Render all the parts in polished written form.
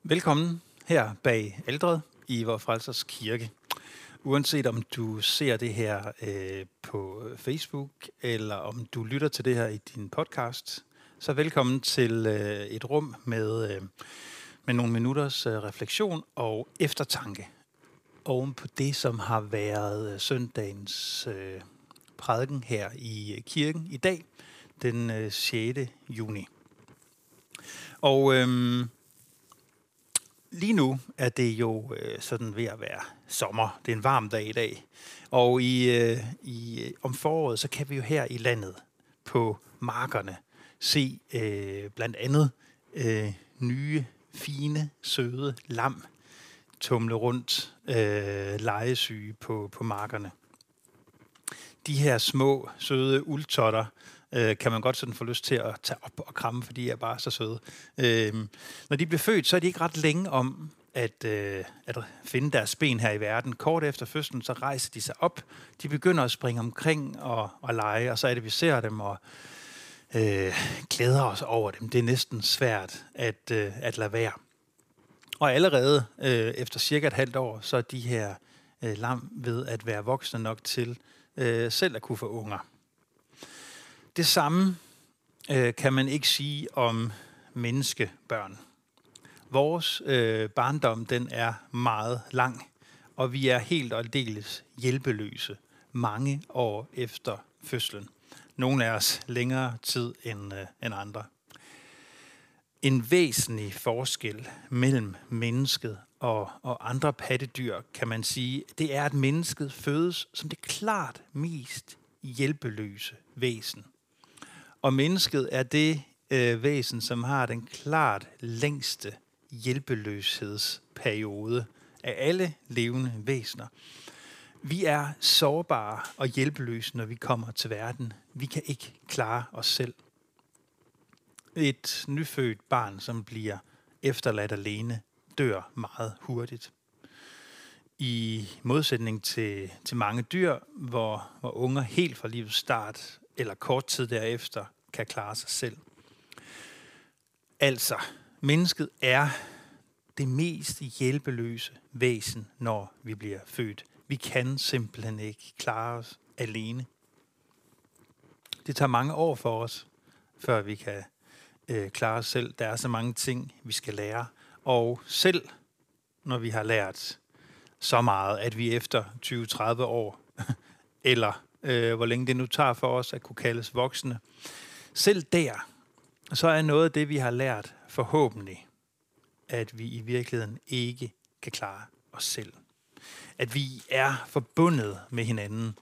Velkommen her bag alteret i Vor Frelsers Kirke. Uanset om du ser det her på Facebook, eller om du lytter til det her i din podcast, så velkommen til et rum med nogle minutters refleksion og eftertanke oven på det, som har været søndagens prædiken her i kirken i dag, den 6. juni. Og lige nu er det jo sådan ved at være sommer. Det er en varm dag i dag. Og om foråret, så kan vi jo her i landet på markerne se blandt andet nye, fine, søde lam tumle rundt, legesyge på markerne. De her små, søde uldtotter kan man godt sådan få lyst til at tage op og kramme, fordi de er bare så søde. Når de bliver født, så er de ikke ret længe om at finde deres ben her i verden. Kort efter fødslen, så rejser de sig op. De begynder at springe omkring og lege, og så er det, vi ser dem og glæder os over dem. Det er næsten svært at lade være. Og allerede efter cirka et halvt år, så er de her lam ved at være voksne nok til selv at kunne få unger. Det samme kan man ikke sige om menneskebørn. Vores barndom, den er meget lang, og vi er helt og aldeles hjælpeløse mange år efter fødslen. Nogle af os længere tid end andre. En væsentlig forskel mellem mennesket og andre pattedyr, kan man sige, det er, at mennesket fødes som det klart mest hjælpeløse væsen. Og mennesket er det væsen, som har den klart længste hjælpeløshedsperiode af alle levende væsener. Vi er sårbare og hjælpeløse, når vi kommer til verden. Vi kan ikke klare os selv. Et nyfødt barn, som bliver efterladt alene, dør meget hurtigt. I modsætning til mange dyr, hvor unger helt fra livets start eller kort tid derefter kan klare sig selv. Altså, mennesket er det mest hjælpeløse væsen, når vi bliver født. Vi kan simpelthen ikke klare os alene. Det tager mange år for os, før vi kan klare os selv. Der er så mange ting, vi skal lære. Og selv når vi har lært så meget, at vi efter 20-30 år, eller hvor længe det nu tager for os at kunne kaldes voksne, selv der, så er noget af det, vi har lært forhåbentlig, at vi i virkeligheden ikke kan klare os selv. At vi er forbundet med hinanden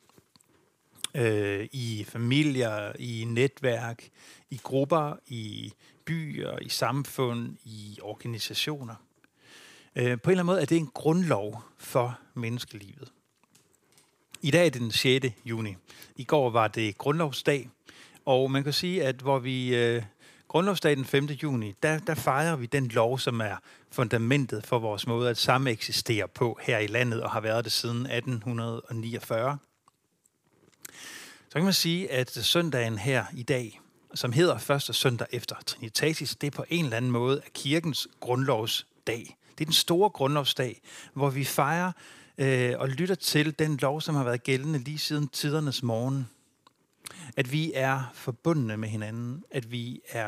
i familier, i netværk, i grupper, i byer, i samfund, i organisationer. På en eller anden måde er det en grundlov for menneskelivet. I dag er det den 6. juni. I går var det grundlovsdag, og man kan sige, at hvor vi grundlovsdag den 5. juni, der fejrer vi den lov, som er fundamentet for vores måde at sameksistere på her i landet, og har været det siden 1849. Så kan man sige, at søndagen her i dag, som hedder første søndag efter Trinitatis, det er på en eller anden måde af kirkens grundlovsdag. Det er den store grundlovsdag, hvor vi fejrer og lytter til den lov, som har været gældende lige siden tidernes morgen. At vi er forbundne med hinanden, at vi er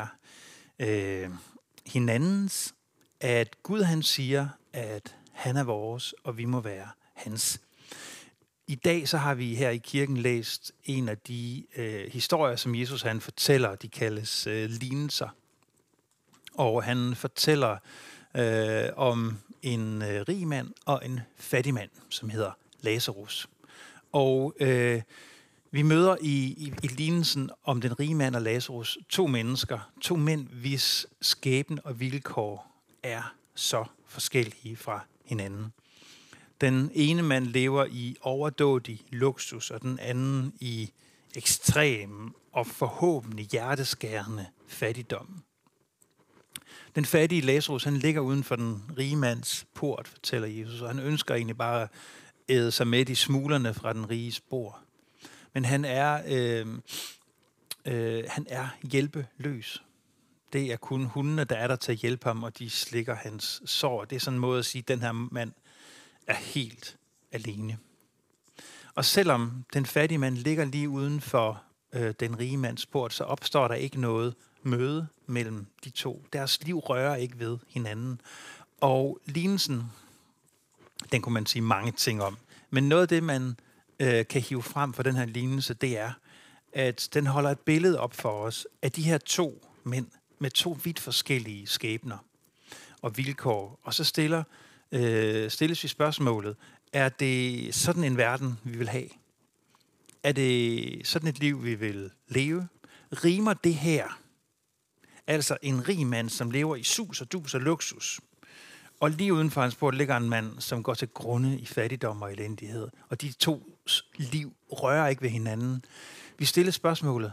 hinandens, at Gud han siger, at han er vores, og vi må være hans. I dag så har vi her i kirken læst en af de historier, som Jesus han fortæller, de kaldes lignelser. Og han fortæller om en rig mand og en fattig mand, som hedder Lazarus. Og vi møder i lignelsen om den rige mand og Lazarus to mennesker, to mænd, hvis skæbne og vilkår er så forskellige fra hinanden. Den ene mand lever i overdådig luksus, og den anden i ekstrem og forhåbentlig hjerteskærende fattigdom. Den fattige Lazarus, han ligger uden for den rige mands port, fortæller Jesus, og han ønsker egentlig bare at æde sig med de smulerne fra den riges bord. Men han er hjælpeløs. Det er kun hundene, der er der til at hjælpe ham, og de slikker hans sår. Det er sådan en måde at sige, at den her mand er helt alene. Og selvom den fattige mand ligger lige uden for den rige mands port, så opstår der ikke noget møde mellem de to. Deres liv rører ikke ved hinanden. Og lignelsen, den kunne man sige mange ting om. Men noget af det, man kan hive frem for den her lignelse, det er, at den holder et billede op for os af de her to mænd med to vidt forskellige skæbner og vilkår. Og så stilles vi spørgsmålet, er det sådan en verden, vi vil have? Er det sådan et liv, vi vil leve? Rimer det her? Altså en rig mand, som lever i sus og dus og luksus. Og lige uden for hans port ligger en mand, som går til grunde i fattigdom og elendighed. Og de to liv rører ikke ved hinanden. Vi stiller spørgsmålet,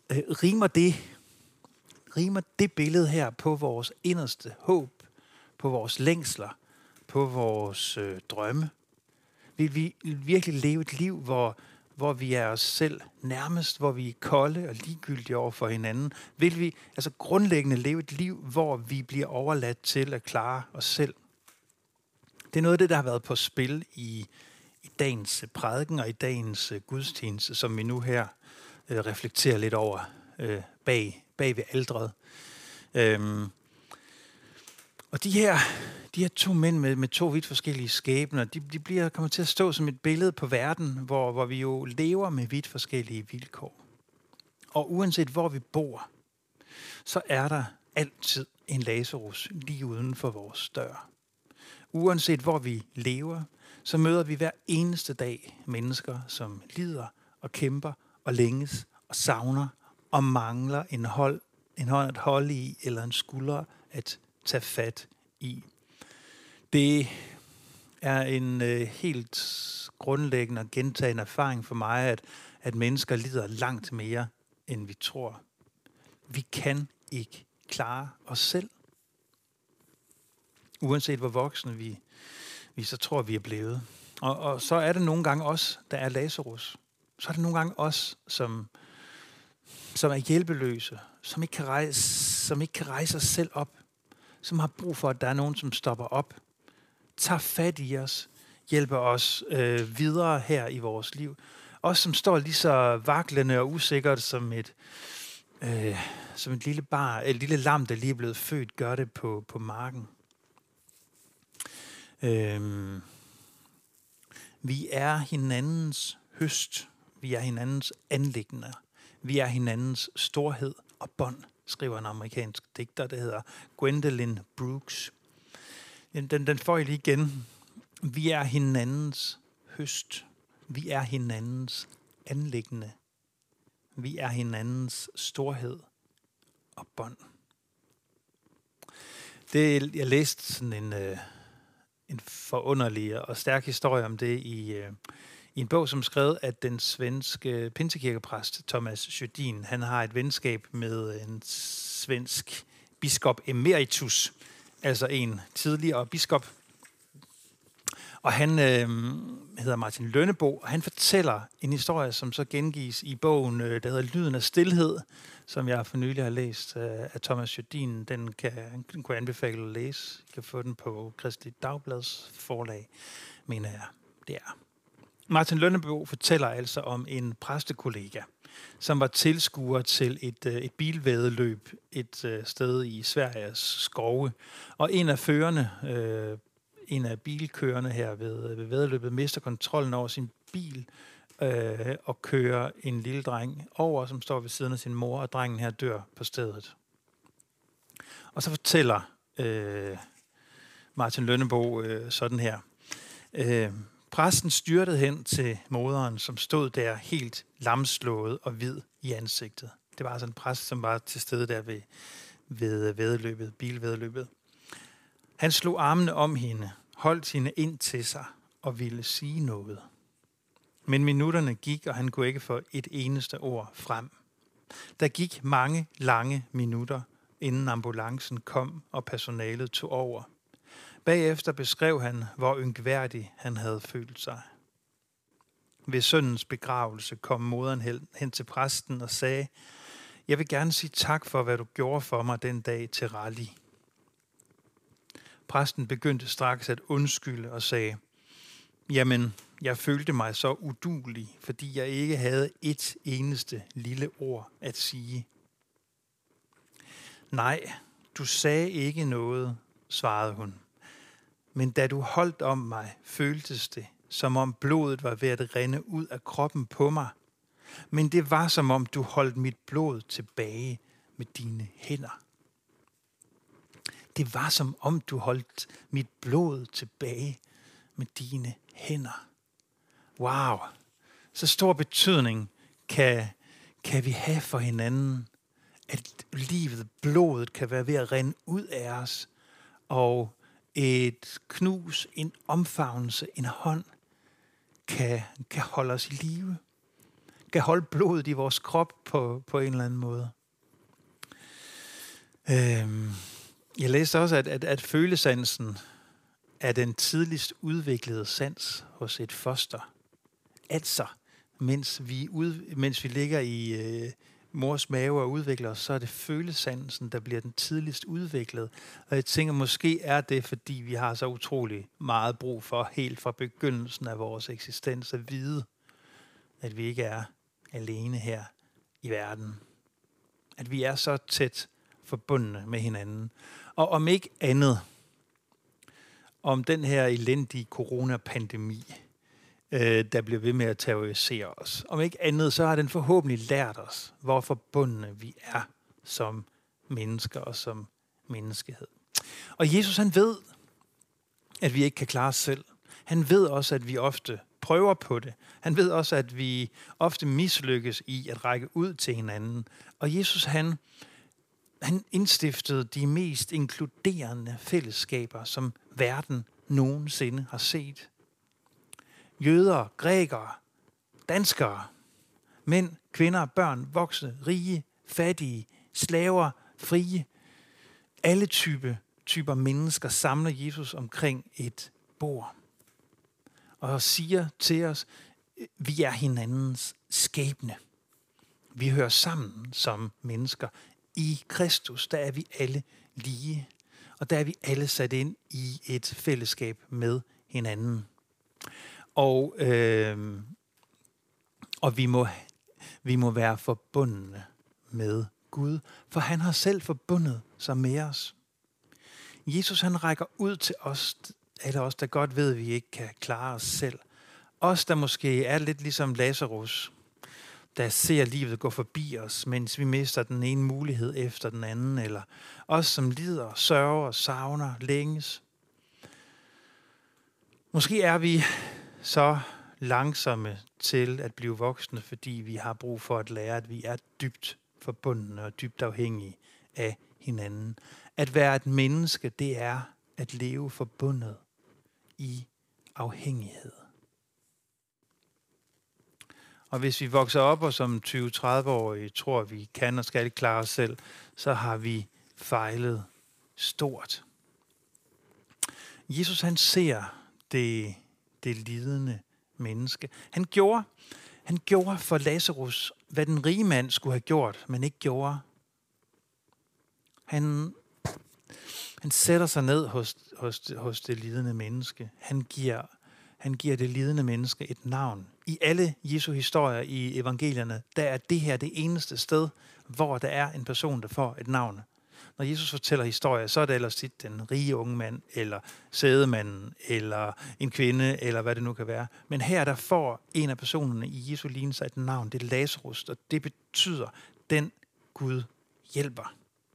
rimer det billede her på vores inderste håb, på vores længsler, på vores drømme? Vil vi virkelig leve et liv, hvor vi er os selv nærmest, hvor vi er kolde og ligegyldige over for hinanden? Vil vi altså grundlæggende leve et liv, hvor vi bliver overladt til at klare os selv? Det er noget af det, der har været på spil i dagens prædiken og i dagens gudstjeneste, som vi nu her reflekterer lidt over bag ved alteret. Og de her to mænd med to vidt forskellige skæbner, de kommer til at stå som et billede på verden, hvor vi jo lever med vidt forskellige vilkår. Og uanset hvor vi bor, så er der altid en Lazarus lige uden for vores dør. Uanset hvor vi lever, så møder vi hver eneste dag mennesker, som lider og kæmper og længes og savner og mangler en hånd at holde i eller en skulder at tage fat i. Det er en helt grundlæggende og gentagende erfaring for mig, at mennesker lider langt mere, end vi tror. Vi kan ikke klare os selv. Uanset hvor voksne vi så tror, vi er blevet. Og så er det nogle gange os, der er Lazarus. Så er det nogle gange os, som er hjælpeløse, som ikke kan rejse os selv op, som har brug for, at der er nogen, som stopper op, tager fat i os, hjælper os videre her i vores liv. Os, som står lige så vaklende og usikkert som et lille lam, der lige er blevet født, gør det på marken. Vi er hinandens høst. Vi er hinandens anliggender. Vi er hinandens storhed og bånd, skriver en amerikansk digter, der hedder Gwendolyn Brooks. Den får I lige igen. Vi er hinandens høst. Vi er hinandens anliggende. Vi er hinandens storhed og bånd. Jeg læste sådan en forunderlig og stærk historie om det i en bog, som skrevet af den svenske pinsekirkepræst Thomas Jødin. Han har et venskab med en svensk biskop emeritus, altså en tidligere biskop. Og han hedder Martin Lønnebo, og han fortæller en historie, som så gengives i bogen, der hedder Lyden af stilhed, som jeg for nylig har læst af Thomas Jødin. Den kunne jeg anbefale at læse. I kan få den på Kristeligt Dagblads forlag, mener jeg, det er. Martin Lønnebo fortæller altså om en præstekollega, som var tilskuer til et bilvæddeløb et sted i Sveriges skove. Og en af bilkørerne her ved væddeløbet mister kontrollen over sin bil og kører en lille dreng over, som står ved siden af sin mor, og drengen her dør på stedet. Og så fortæller Martin Lønnebo sådan her. Præsten styrtede hen til moderen, som stod der helt lamslået og hvid i ansigtet. Det var altså en præst, som var til stede der ved væddeløbet, bilvæddeløbet. Han slog armene om hende, holdt hende ind til sig og ville sige noget. Men minutterne gik, og han kunne ikke få et eneste ord frem. Der gik mange lange minutter, inden ambulancen kom og personalet tog over. Bagefter beskrev han, hvor ynkværdig han havde følt sig. Ved sønnens begravelse kom moderen hen til præsten og sagde, Jeg vil gerne sige tak for, hvad du gjorde for mig den dag til rally. Præsten begyndte straks at undskylde og sagde, jamen, jeg følte mig så uduelig, fordi jeg ikke havde et eneste lille ord at sige. Nej, du sagde ikke noget, svarede hun. Men da du holdt om mig, føltes det, som om blodet var ved at rinde ud af kroppen på mig. Men det var som om du holdt mit blod tilbage med dine hænder. Det var som om du holdt mit blod tilbage med dine hænder. Wow, så stor betydning kan vi have for hinanden, at livet, blodet kan være ved at rinde ud af os, og et knus, en omfavnelse, en hånd, kan holde os i live, kan holde blodet i vores krop på en eller anden måde. Jeg læste også, at følesansen er den tidligst udviklede sans hos et foster. Altså, mens vi ligger i mors mave og udvikler os, så er det følesansen, der bliver den tidligst udviklet. Og jeg tænker, måske er det, fordi vi har så utrolig meget brug for, helt fra begyndelsen af vores eksistens, at vide, at vi ikke er alene her i verden. At vi er så tæt forbundne med hinanden. Og om ikke andet, om den her elendige coronapandemi, der bliver ved med at terrorisere os. Om ikke andet, så har den forhåbentlig lært os, hvor forbundne vi er som mennesker og som menneskehed. Og Jesus, han ved, at vi ikke kan klare os selv. Han ved også, at vi ofte prøver på det. Han ved også, at vi ofte mislykkes i at række ud til hinanden. Og Jesus, han indstiftede de mest inkluderende fællesskaber, som verden nogensinde har set. Jøder, grækere, danskere, mænd, kvinder, børn, voksne, rige, fattige, slaver, frie. Alle typer mennesker samler Jesus omkring et bord og siger til os, vi er hinandens skæbne. Vi hører sammen som mennesker. I Kristus, der er vi alle lige, og der er vi alle sat ind i et fællesskab med hinanden. Og vi må være forbundne med Gud, for han har selv forbundet sig med os. Jesus, han rækker ud til os, alle os, der godt ved, at vi ikke kan klare os selv. Os, der måske er lidt ligesom Lazarus, der ser livet gå forbi os, mens vi mister den ene mulighed efter den anden, eller os, som lider, sørger, savner, længes. Måske er vi så langsomme til at blive voksne, fordi vi har brug for at lære, at vi er dybt forbundne og dybt afhængige af hinanden. At være et menneske, det er at leve forbundet i afhængighed. Og hvis vi vokser op og som 20-30-årige tror, at vi kan og skal klare os selv, så har vi fejlet stort. Jesus, han ser det lidende menneske. Han gjorde for Lazarus, hvad den rige mand skulle have gjort, men ikke gjorde. Han sætter sig ned hos det lidende menneske. Han giver det lidende menneske et navn. I alle Jesu historier i evangelierne, der er det her det eneste sted, hvor der er en person, der får et navn. Når Jesus fortæller historier, så er det ellers tit den rige unge mand, eller sædemanden, eller en kvinde, eller hvad det nu kan være. Men her der får en af personerne i Jesu lignelse et navn, det er Lazarus, og det betyder, den Gud hjælper.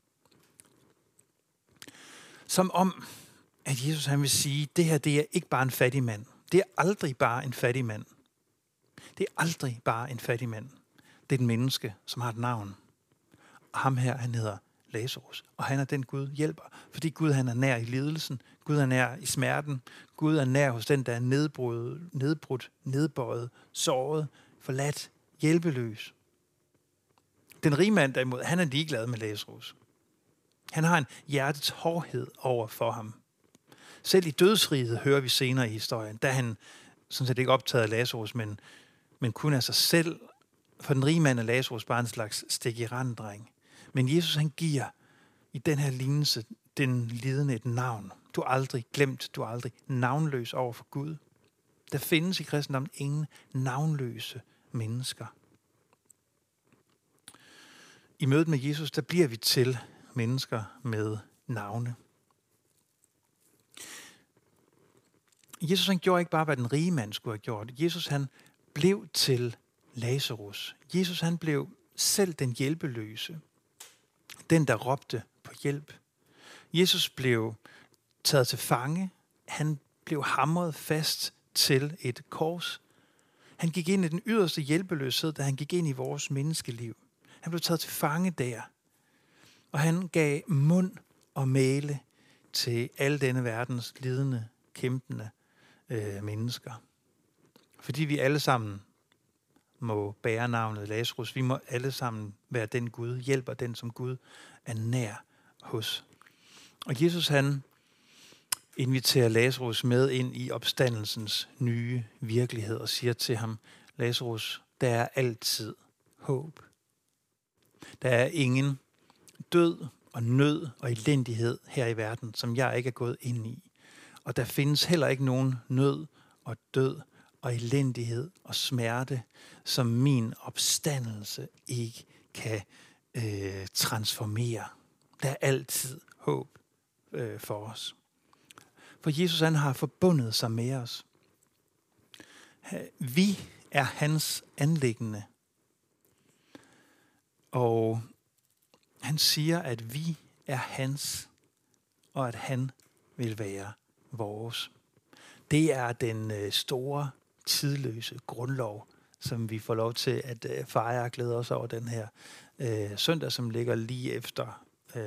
Som om, at Jesus han vil sige, det her det er ikke bare en fattig mand. Det er aldrig bare en fattig mand. Det er aldrig bare en fattig mand. Det er et menneske, som har et navn. Og ham her, han hedder Lazarus. Og han er den Gud hjælper. Fordi Gud han er nær i lidelsen. Gud er nær i smerten. Gud er nær hos den, der er nedbrudt, nedbøjet, såret, forladt, hjælpeløs. Den rige mand derimod, han er ligeglad med Lazarus. Han har en hjertets hårdhed over for ham. Selv i dødsriget hører vi senere i historien, da han sådan set ikke optaget af Lazarus, men kun af sig selv For den rige mand er Lazarus bare en slags stik i randen-dreng. Men Jesus han giver i den her lignelse den lidende et navn. Du er aldrig glemt, du er aldrig navnløs over for Gud. Der findes i kristendommen ingen navnløse mennesker. I mødet med Jesus, der bliver vi til mennesker med navne. Jesus han gjorde ikke bare, hvad den rige mand skulle have gjort. Jesus han blev til Lazarus. Jesus han blev selv den hjælpeløse. Den, der råbte på hjælp. Jesus blev taget til fange. Han blev hamret fast til et kors. Han gik ind i den yderste hjælpeløshed, da han gik ind i vores menneskeliv. Han blev taget til fange der. Og han gav mund og mæle til alle denne verdens lidende, kæmpende mennesker. Fordi vi alle sammen må bære navnet Lazarus. Vi må alle sammen være den Gud, hjælper den, som Gud er nær hos. Og Jesus han inviterer Lazarus med ind i opstandelsens nye virkelighed og siger til ham, Lazarus, der er altid håb. Der er ingen død og nød og elendighed her i verden, som jeg ikke er gået ind i. Og der findes heller ikke nogen nød og død og elendighed og smerte, som min opstandelse ikke kan transformere. Der er altid håb for os. For Jesus han har forbundet sig med os. Vi er hans anliggende. Og han siger, at vi er hans, og at han vil være vores. Det er den store, tidløse grundlov, som vi får lov til at fejre og glæde os over den her søndag, som ligger lige efter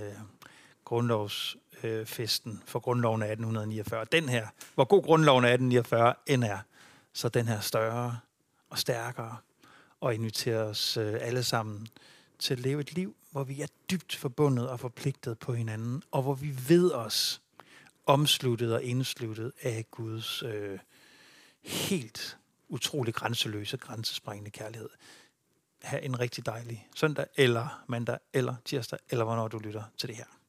grundlovsfesten for grundloven af 1849. Den her, hvor god grundloven af 1849 end er, så den her større og stærkere, og inviterer os alle sammen til at leve et liv, hvor vi er dybt forbundet og forpligtet på hinanden, og hvor vi ved os omsluttet og indsluttet af Guds helt utrolig grænseløse, grænsesprængende kærlighed. Ha' en rigtig dejlig søndag, eller mandag, eller tirsdag, eller hvornår du lytter til det her.